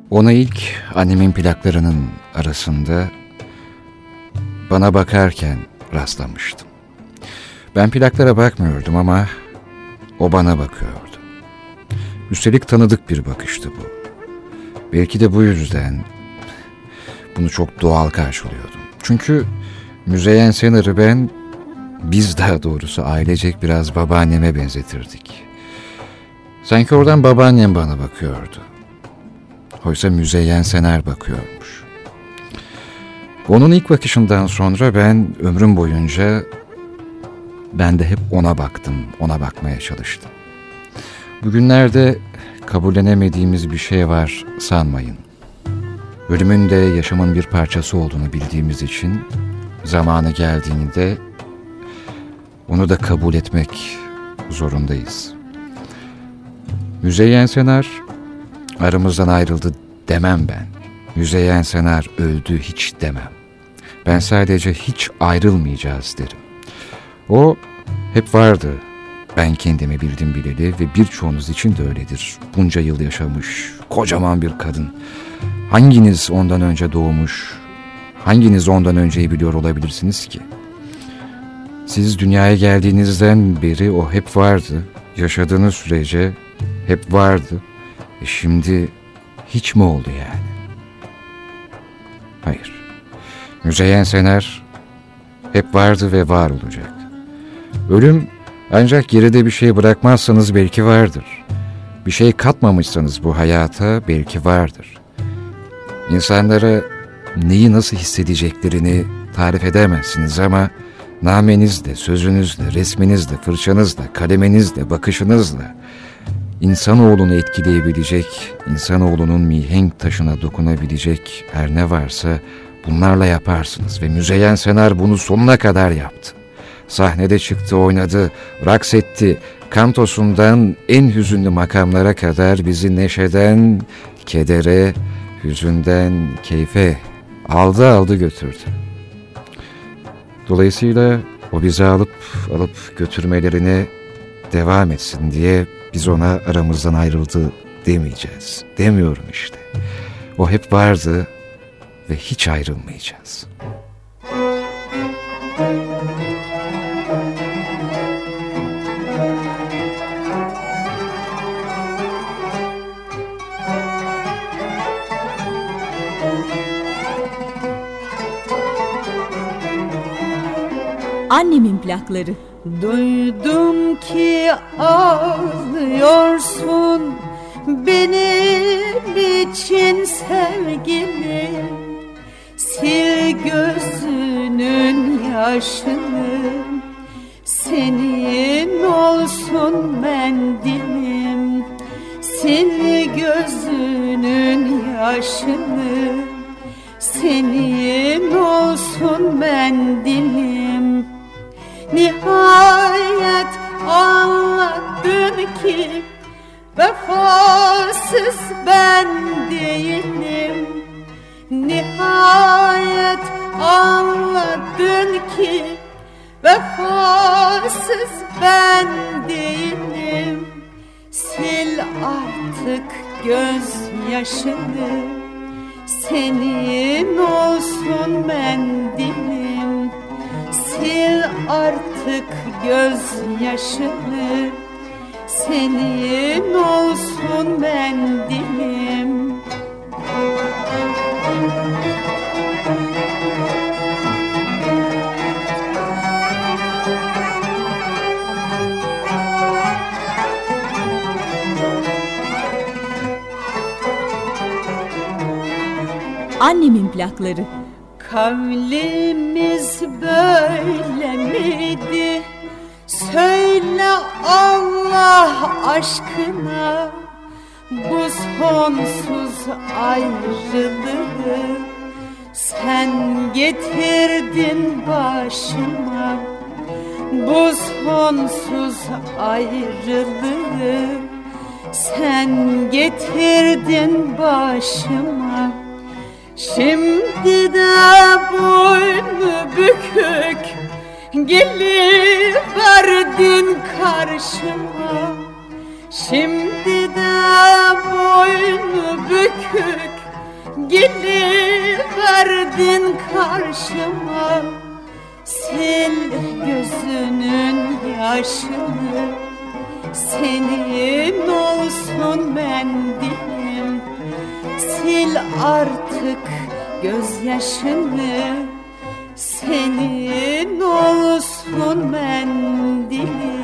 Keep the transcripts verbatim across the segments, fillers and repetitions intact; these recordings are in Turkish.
Ona ilk annemin plaklarının arasında bana bakarken rastlamıştım. Ben plaklara bakmıyordum ama o bana bakıyordu. Üstelik tanıdık bir bakıştı bu. Belki de bu yüzden bunu çok doğal karşılıyordum. Çünkü Müzeyyen Senar'ı ben, biz daha doğrusu ailecek biraz babaanneme benzetirdik. Sanki oradan babaannem bana bakıyordu. Oysa Müzeyyen Senar bakıyormuş. Onun ilk bakışından sonra ben ömrüm boyunca ben de hep ona baktım, ona bakmaya çalıştım. Bugünlerde kabullenemediğimiz bir şey var sanmayın. Ölümün de yaşamın bir parçası olduğunu bildiğimiz için zamanı geldiğinde onu da kabul etmek zorundayız. Müzeyyen Senar aramızdan ayrıldı demem ben. Müzeyyen Senar öldü hiç demem. Ben sadece hiç ayrılmayacağız derim. O hep vardı. Ben kendimi bildim bileli ve birçoğunuz için de öyledir. Bunca yıl yaşamış, kocaman bir kadın. Hanginiz ondan önce doğmuş, hanginiz ondan önceyi biliyor olabilirsiniz ki? Siz dünyaya geldiğinizden beri o hep vardı. Yaşadığınız sürece hep vardı. E şimdi hiç mi oldu yani? Hayır. Müzeyyen Senar hep vardı ve var olacak. Ölüm ancak geride bir şey bırakmazsanız belki vardır. Bir şey katmamışsanız bu hayata belki vardır. İnsanlara neyi nasıl hissedeceklerini tarif edemezsiniz ama namenizle, sözünüzle, resminizle, fırçanızla, kaleminizle, bakışınızla insanoğlunu etkileyebilecek, insanoğlunun mihenk taşına dokunabilecek her ne varsa bunlarla yaparsınız ve Müzeyyen Senar bunu sonuna kadar yaptı. Sahnede çıktı, oynadı, raks etti, kantosundan en hüzünlü makamlara kadar bizi neşeden kedere, hüzünden keyfe aldı aldı götürdü. Dolayısıyla o bizi alıp alıp götürmelerine devam etsin diye biz ona aramızdan ayrıldı demeyeceğiz. Demiyorum işte. O hep vardı ve hiç ayrılmayacağız. Annemin plakları. Duydum ki ağlıyorsun benim için sevgilim. Sil gözünün yaşını, senin olsun mendilim. Sil gözünün yaşını, senin olsun mendilim. Nihayet anladın ki vefasız ben değilim. Nihayet anladın ki vefasız ben değilim. Sil artık gözyaşını, senin olsun mendilim. Sil artık gözyaşını, senin olsun mendilim. Annemin plakları. Kavlimiz böyle miydi? Söyle Allah aşkına, bu sonsuz ayrılığı sen getirdin başıma. Bu sonsuz ayrılığı sen getirdin başıma. Şimdi de boynu bükük geliverdin karşıma. Şimdi de boynu bükük serdin karşıma, sil gözünün yaşını, senin olsun mendilim, sil artık gözyaşını, senin olsun mendilim.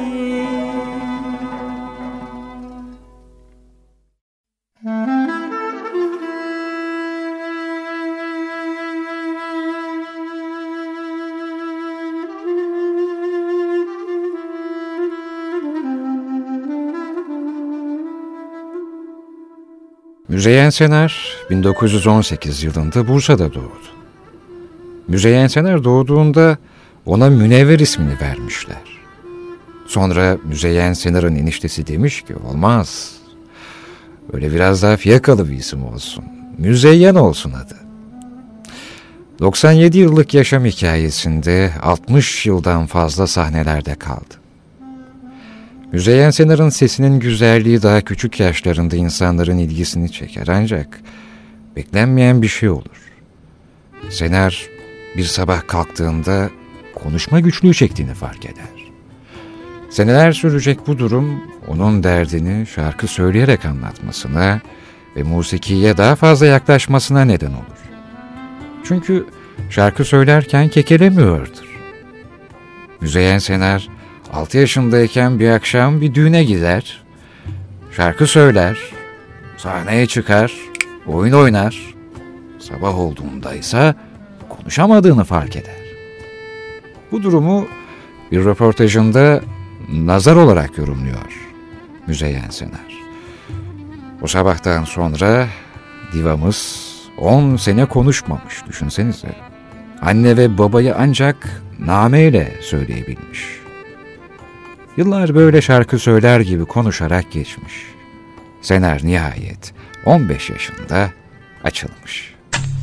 Müzeyyen Senar bin dokuz yüz on sekiz yılında Bursa'da doğdu. Müzeyyen Senar doğduğunda ona Münevver ismini vermişler. Sonra Müzeyyen Senar'ın eniştesi demiş ki olmaz, öyle biraz daha fiyakalı bir isim olsun, Müzeyyen olsun adı. doksan yedi yıllık yaşam hikayesinde altmış yıldan fazla sahnelerde kaldı. Müzeyyen Senar'ın sesinin güzelliği daha küçük yaşlarında insanların ilgisini çeker, ancak beklenmeyen bir şey olur. Senar bir sabah kalktığında konuşma güçlüğü çektiğini fark eder. Seneler sürecek bu durum onun derdini şarkı söyleyerek anlatmasına ve musikiye daha fazla yaklaşmasına neden olur. Çünkü şarkı söylerken kekelemiyordur. Müzeyyen Senar altı yaşındayken bir akşam bir düğüne gider, şarkı söyler, sahneye çıkar, oyun oynar, sabah olduğunda ise konuşamadığını fark eder. Bu durumu bir röportajında nazar olarak yorumluyor Müzeyyen Senar. O sabahtan sonra divamız on sene konuşmamış, düşünsenize. Anne ve babayı ancak nameyle söyleyebilmiş. Yıllar böyle şarkı söyler gibi konuşarak geçmiş. Senar nihayet on beş yaşında açılmış.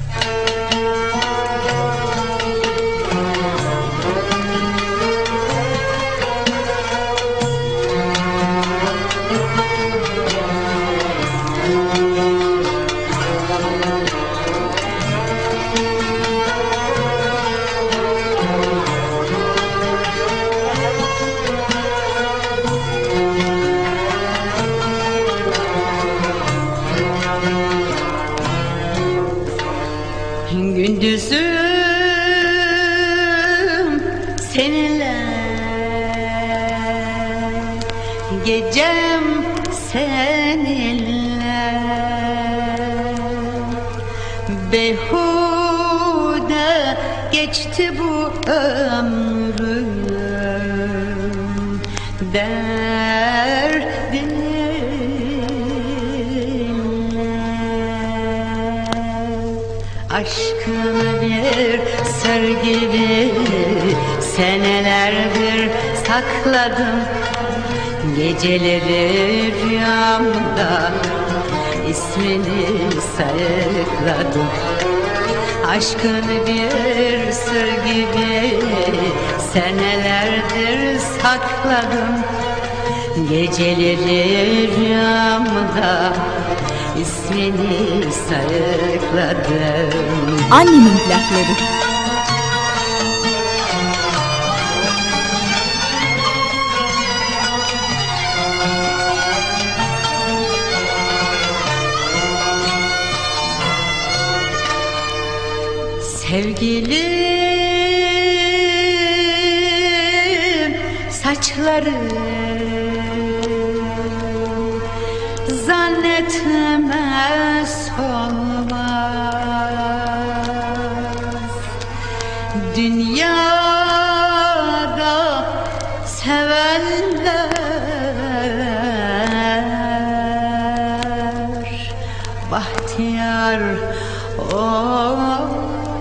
Gündüzüm seninle, gecem seninle, behude geçti bu ömrüm, derdinle. Aşkını bir sır gibi senelerdir sakladım, geceleri rüyamda ismini sayıkladım. Aşkını bir sır gibi senelerdir sakladım, geceleri rüyamda ismini sayıkladım. Annemin plakları. Sevgilim saçları zannetme solmaz. Dünyada sevenler bahtiyar olmaz.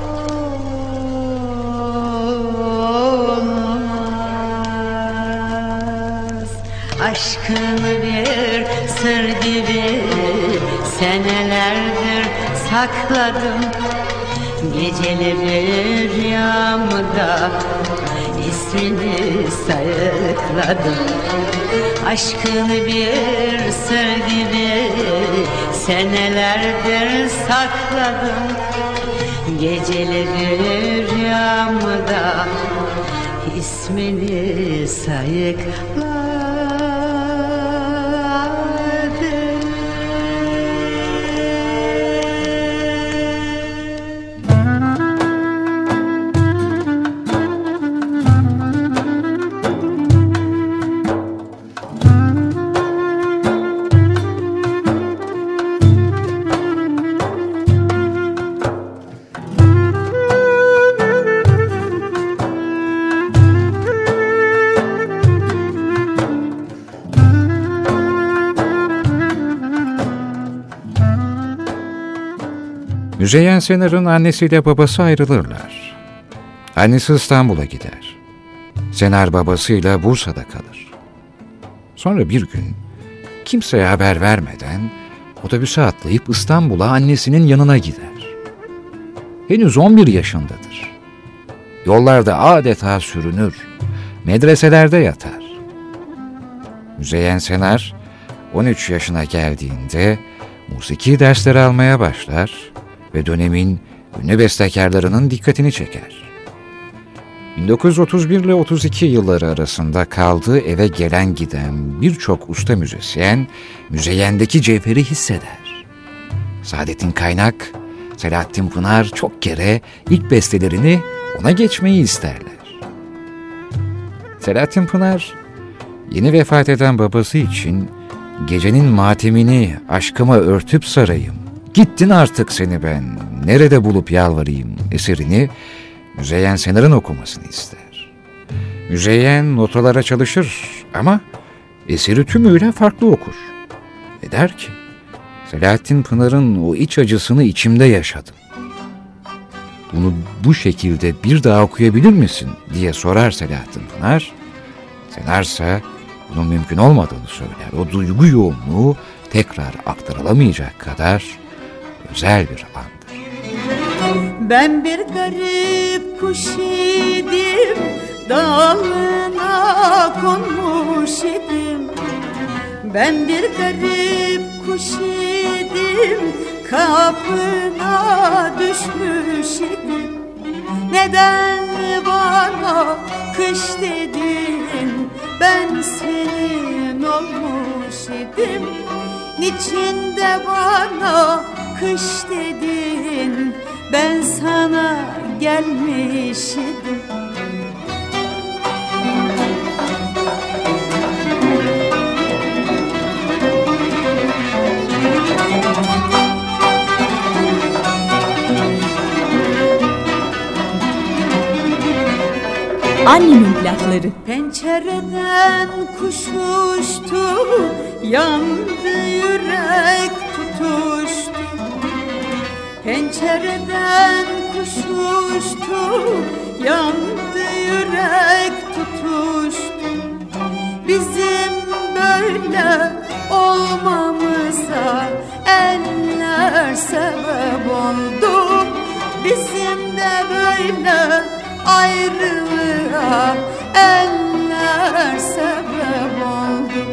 Aşkını bir sır gibi senelerdir sakladım, geceleri rüyamda ismini sayıkladım. Aşkını bir sır gibi senelerdir sakladım, Geceleri rüyamda ismini sayıkladım. Müzeyyen Senar'ın annesiyle babası ayrılırlar. Annesi İstanbul'a gider. Senar babasıyla Bursa'da kalır. Sonra bir gün kimseye haber vermeden otobüse atlayıp İstanbul'a annesinin yanına gider. Henüz on bir yaşındadır. Yollarda adeta sürünür, medreselerde yatar. Müzeyyen Senar on üç yaşına geldiğinde musiki dersleri almaya başlar ve dönemin ünlü bestekarlarının dikkatini çeker. bin dokuz yüz otuz bir ile otuz iki yılları arasında kaldığı eve gelen giden birçok usta müzisyen Müzeyyen'deki cevheri hisseder. Saadettin Kaynak, Selahattin Pınar çok kere ilk bestelerini ona geçmeyi isterler. Selahattin Pınar, yeni vefat eden babası için "Gecenin matemini aşkıma örtüp sarayım, gittin artık seni ben, nerede bulup yalvarayım" eserini Müzeyyen Senar'ın okumasını ister. Müzeyyen notalara çalışır ama eseri tümüyle farklı okur. Ve der ki, Selahattin Pınar'ın o iç acısını içimde yaşadım. Bunu bu şekilde bir daha okuyabilir misin diye sorar Selahattin Pınar. Senarsa bunun mümkün olmadığını söyler. O duygu yoğunluğu tekrar aktarılamayacak kadar özel bir andır. Ben bir garip kuş idim, dalına konmuş idim. Ben bir garip kuş idim, kapına düşmüş idim. Neden bana kış dedin, ben senin olmuş idim. Niçin de bana kış dedin, ben sana gelmiş idim. Annemin plakları. Pencereden kuş uçtu, yandı yürek tutuştu. Pencereden kuş uçtu, yandı yürek tutuştu. Bizim böyle olmamıza eller sebep oldu. Bizim de böyle ayrılığa eller sebep oldu.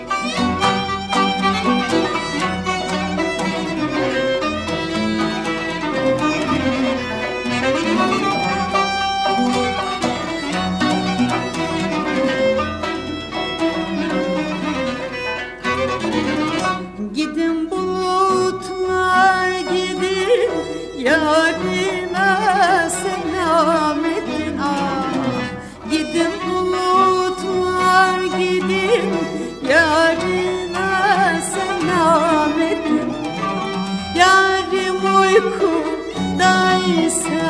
Gidin bulutlar gidin, yarime selam edin. Ah, gidin bulutlar gidin, yarime selam edin. Yarim uykudaysa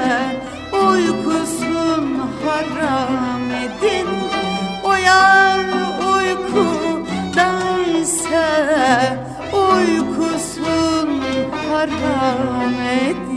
uykusun haram edin. O yar uykudaysa uykusun haram edin.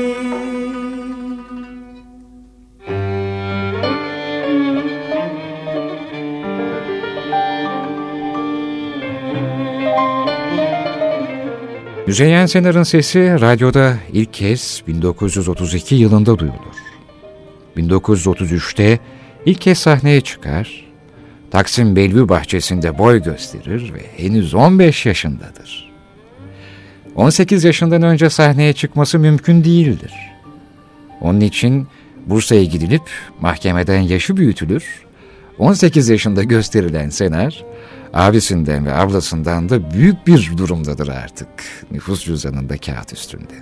Müzeyyen Senar'ın sesi radyoda ilk kez bin dokuz yüz otuz iki yılında duyulur. bin dokuz yüz otuz üçte ilk kez sahneye çıkar, Taksim Bellevue bahçesinde boy gösterir ve henüz on beş yaşındadır. on sekiz yaşından önce sahneye çıkması mümkün değildir. Onun için Bursa'ya gidilip mahkemeden yaşı büyütülür, on sekiz yaşında gösterilen Senar, abisinden ve ablasından da büyük bir durumdadır artık nüfus cüzdanında kağıt üstünde.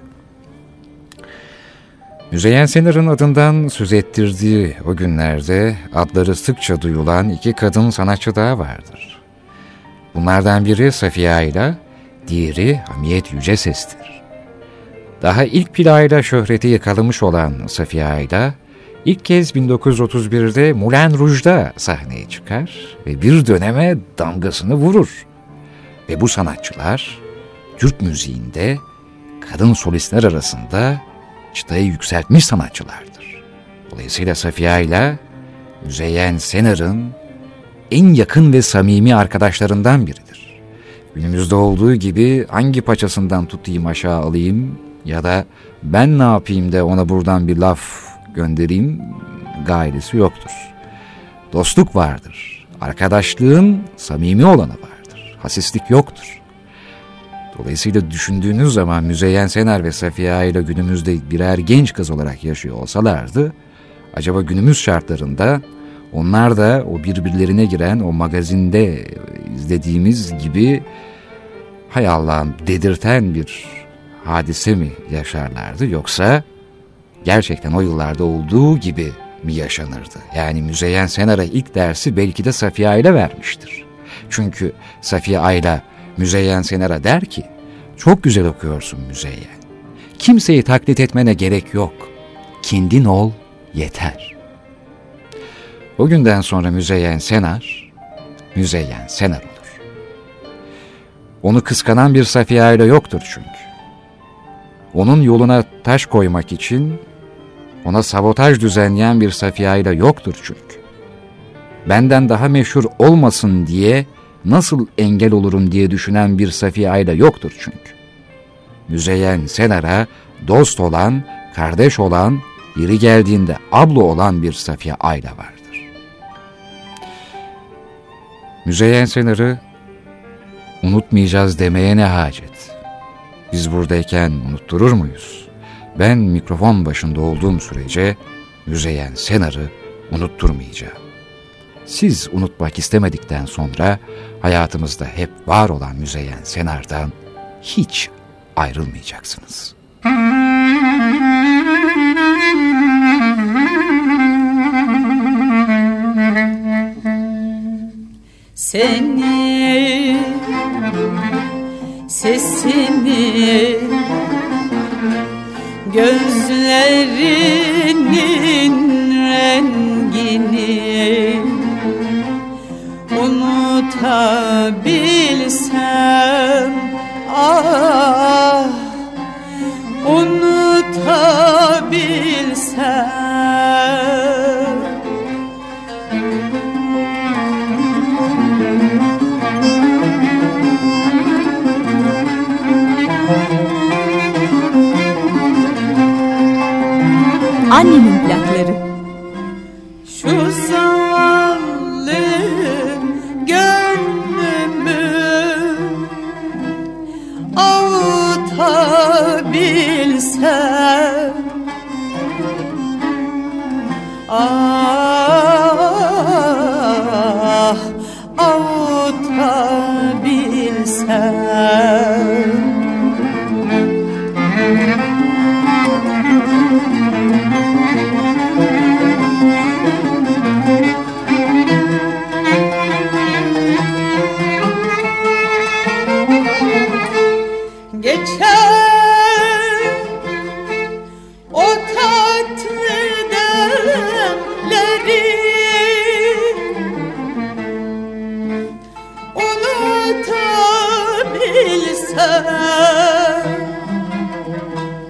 Müzeyyen Senar'ın adından söz ettirdiği o günlerde adları sıkça duyulan iki kadın sanatçı daha vardır. Bunlardan biri Safiye Ayla, diğeri Hamiyet Yüceses'tir. Daha ilk playla şöhreti yakalamış olan Safiye Ayla, ilk kez bin dokuz yüz otuz birde Moulin Rouge'da sahneye çıkar ve bir döneme damgasını vurur. Ve bu sanatçılar Türk müziğinde kadın solistler arasında çıtayı yükseltmiş sanatçılardır. Dolayısıyla Safiye Ayla, Müzeyyen Senar'ın en yakın ve samimi arkadaşlarından biridir. Günümüzde olduğu gibi hangi paçasından tutayım aşağı alayım ya da ben ne yapayım da ona buradan bir laf göndereyim gayresi yoktur. Dostluk vardır. Arkadaşlığın samimi olanı vardır. Hasislik yoktur. Dolayısıyla düşündüğünüz zaman Müzeyyen Senar ve Safiye Ayla günümüzde birer genç kız olarak yaşıyor olsalardı, acaba günümüz şartlarında onlar da o birbirlerine giren o magazinde izlediğimiz gibi hay Allah'ım dedirten bir hadise mi yaşarlardı, yoksa gerçekten o yıllarda olduğu gibi mi yaşanırdı? Yani Müzeyyen Senar'a ilk dersi belki de Safiye Ayla vermiştir. Çünkü Safiye Ayla Müzeyyen Senar'a der ki, çok güzel okuyorsun Müzeyyen. Kimseyi taklit etmene gerek yok. Kendin ol yeter. O günden sonra Müzeyyen Senar, Müzeyyen Senar olur. Onu kıskanan bir Safiye Ayla yoktur çünkü. Onun yoluna taş koymak için ona sabotaj düzenleyen bir Safiye Ayla yoktur çünkü. Benden daha meşhur olmasın diye nasıl engel olurum diye düşünen bir Safiye Ayla yoktur çünkü. Müzeyyen Senar'a dost olan, kardeş olan, yeri geldiğinde abla olan bir Safiye Ayla vardır. Müzeyyen Senar'ı unutmayacağız demeye ne hacet? Biz buradayken unutturur muyuz? Ben mikrofon başında olduğum sürece Müzeyyen Senar'ı unutturmayacağım. Siz unutmak istemedikten sonra hayatımızda hep var olan Müzeyyen Senar'dan hiç ayrılmayacaksınız. Seni, sesini, gözlerinin rengini unutabilsem, ah, unutabilsem. Annemin plakları. Şu zavallı gönlümü avutabilsem, ah, avutabilsem. Geçer o tatlı demleri unutabilsem,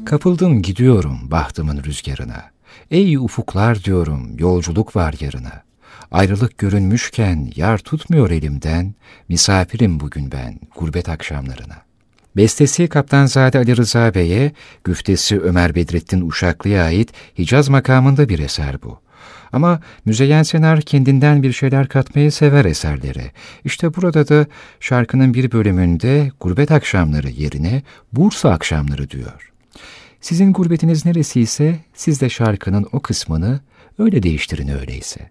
Kapıldım gidiyorum bahtımın rüzgarına. Ey ufuklar diyorum, yolculuk var yarına. Ayrılık görünmüşken yar tutmuyor elimden, misafirim bugün ben gurbet akşamlarına. Bestesi Kaptanzade Ali Rıza Bey'e, güftesi Ömer Bedrettin Uşaklı'ya ait Hicaz makamında bir eser bu. Ama Müzeyyen Senar kendinden bir şeyler katmayı sever eserlere. İşte burada da şarkının bir bölümünde gurbet akşamları yerine Bursa akşamları diyor. Sizin gurbetiniz neresiyse siz de şarkının o kısmını öyle değiştirin öyleyse.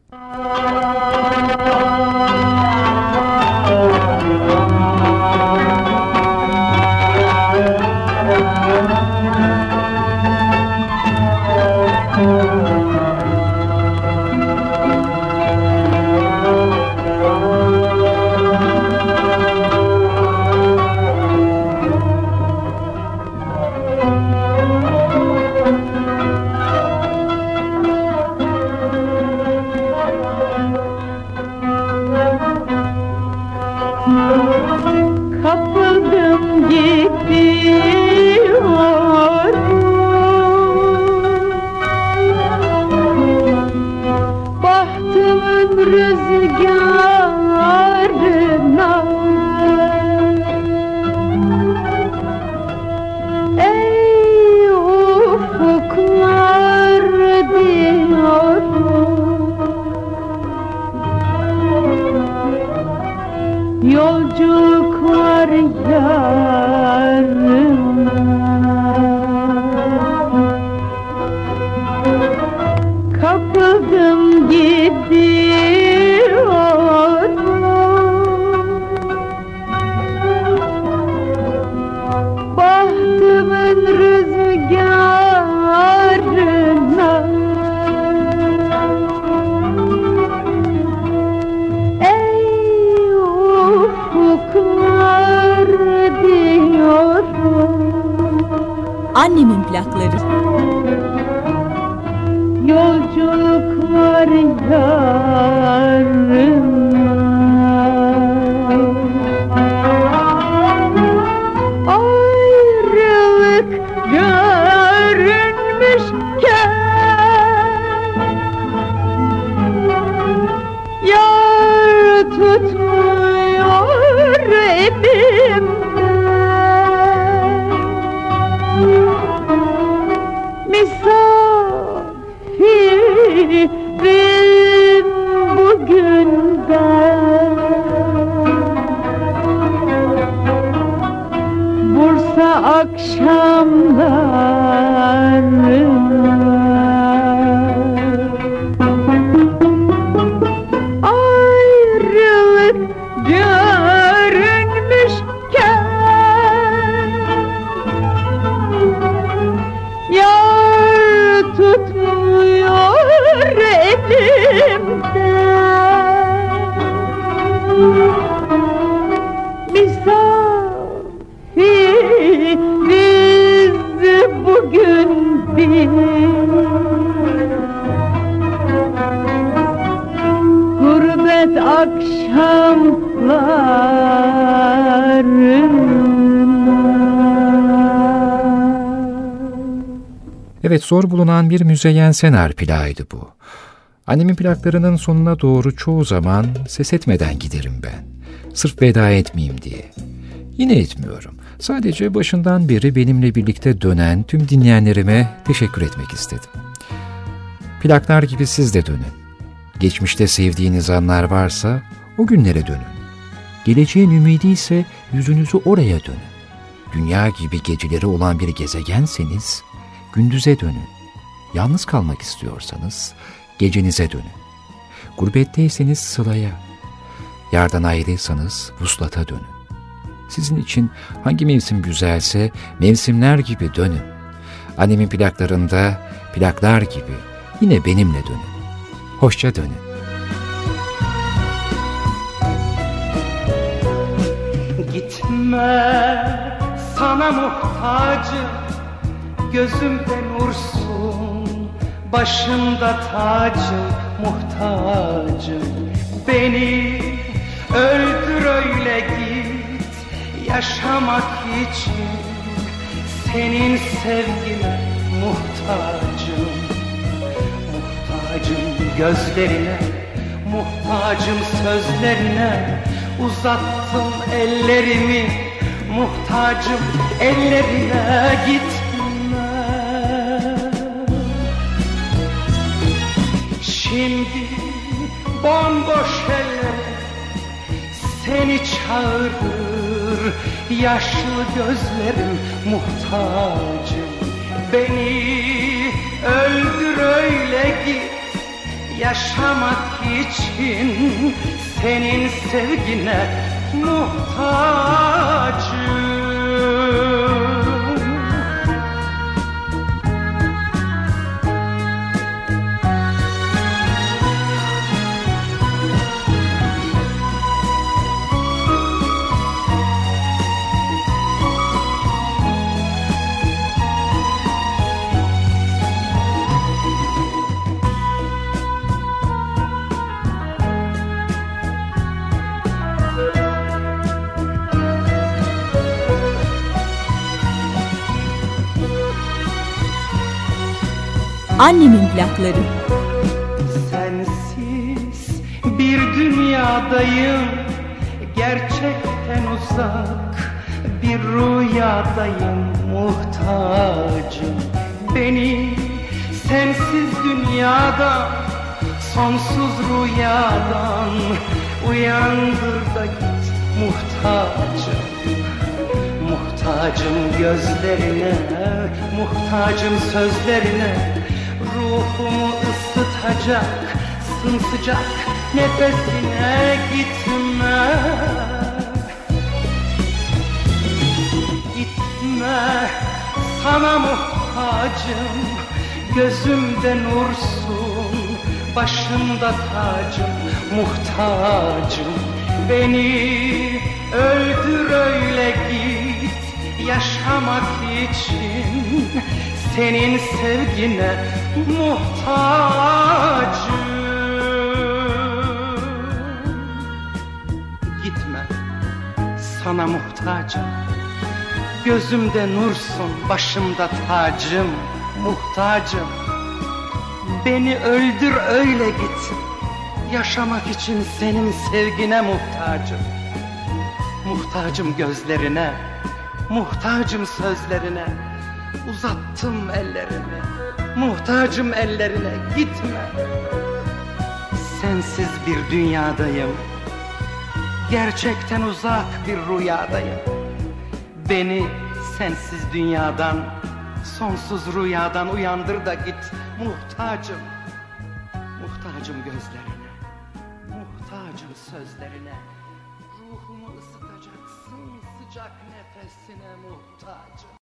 Kapıldım gidiyorum bahtımın rüzgarına. Ey ufuklar diyorum, yolculuk var yarına. Kapıldım gidiyorum bahtımın rüzgarına. Ey ufuklar diyorum, Annemin plakları. yolculuk var yarına. Ayrılık görünmüşken yar tutmuyor elimden. Misafirim bugün ben, Bursa akşamlarına. Ayrılık görünmüşken yar tutmuyor elimden. Misafiriz bugün biz, gurbet akşamlarına. Evet, zor bulunan bir Müzeyyen Senar plağıydı bu. Annemin plaklarının sonuna doğru çoğu zaman ses etmeden giderim ben. Sırf veda etmeyeyim diye. Yine etmiyorum. Sadece başından beri benimle birlikte dönen tüm dinleyenlerime teşekkür etmek istedim. Plaklar gibi siz de dönün. Geçmişte sevdiğiniz anlar varsa o günlere dönün. Geleceğin ümidi ise yüzünüzü oraya dönün. Dünya gibi geceleri olan bir gezegenseniz gündüze dönün. Yalnız kalmak istiyorsanız gecenize dönün. Gurbetteyseniz sılaya, yardan ayrıysanız vuslata dönün. Sizin için hangi mevsim güzelse mevsimler gibi dönün. Annemin plaklarında plaklar gibi yine benimle dönün. Hoşça dönün. Gitme, sana muhtacım, gözümde nursun, başımda tacım, muhtacım. Beni öldür öyle git, yaşamak için senin sevgine muhtacım. Muhtacım gözlerine, muhtacım sözlerine. Uzattım ellerimi, muhtacım ellerine. Gitme. Şimdi bomboş eller seni çağırır, yaşlı gözlerim muhtacım. Beni öldür öyle git, yaşamak için senin sevgine muhtacım. Annemin plakları. Sensiz bir dünyadayım, gerçekten uzak bir rüyadayım muhtacım. Beni sensiz dünyadan, sonsuz rüyadan uyandır da git muhtacım. Muhtacım gözlerine, muhtacım sözlerine. Ruhumu ısıtacak sımsıcak nefesine. Gitme. Gitme, sana muhtacım. Gözümde nursun, başımda tacım. Muhtacım, beni öldür öyle git, yaşamak için senin sevgine muhtacım. Gitme, sana muhtacım. Gözümde nursun, başımda tacım. Muhtacım, beni öldür öyle git, yaşamak için senin sevgine muhtacım. Muhtacım gözlerine, muhtacım sözlerine. Uzattım ellerimi, muhtacım ellerine. Gitme. Sensiz bir dünyadayım, gerçekten uzak bir rüyadayım. Beni sensiz dünyadan, sonsuz rüyadan uyandır da git muhtacım. Muhtacım gözlerine, muhtacım sözlerine. Ruhumu ısıtacak sımsıcak nefesine muhtacım.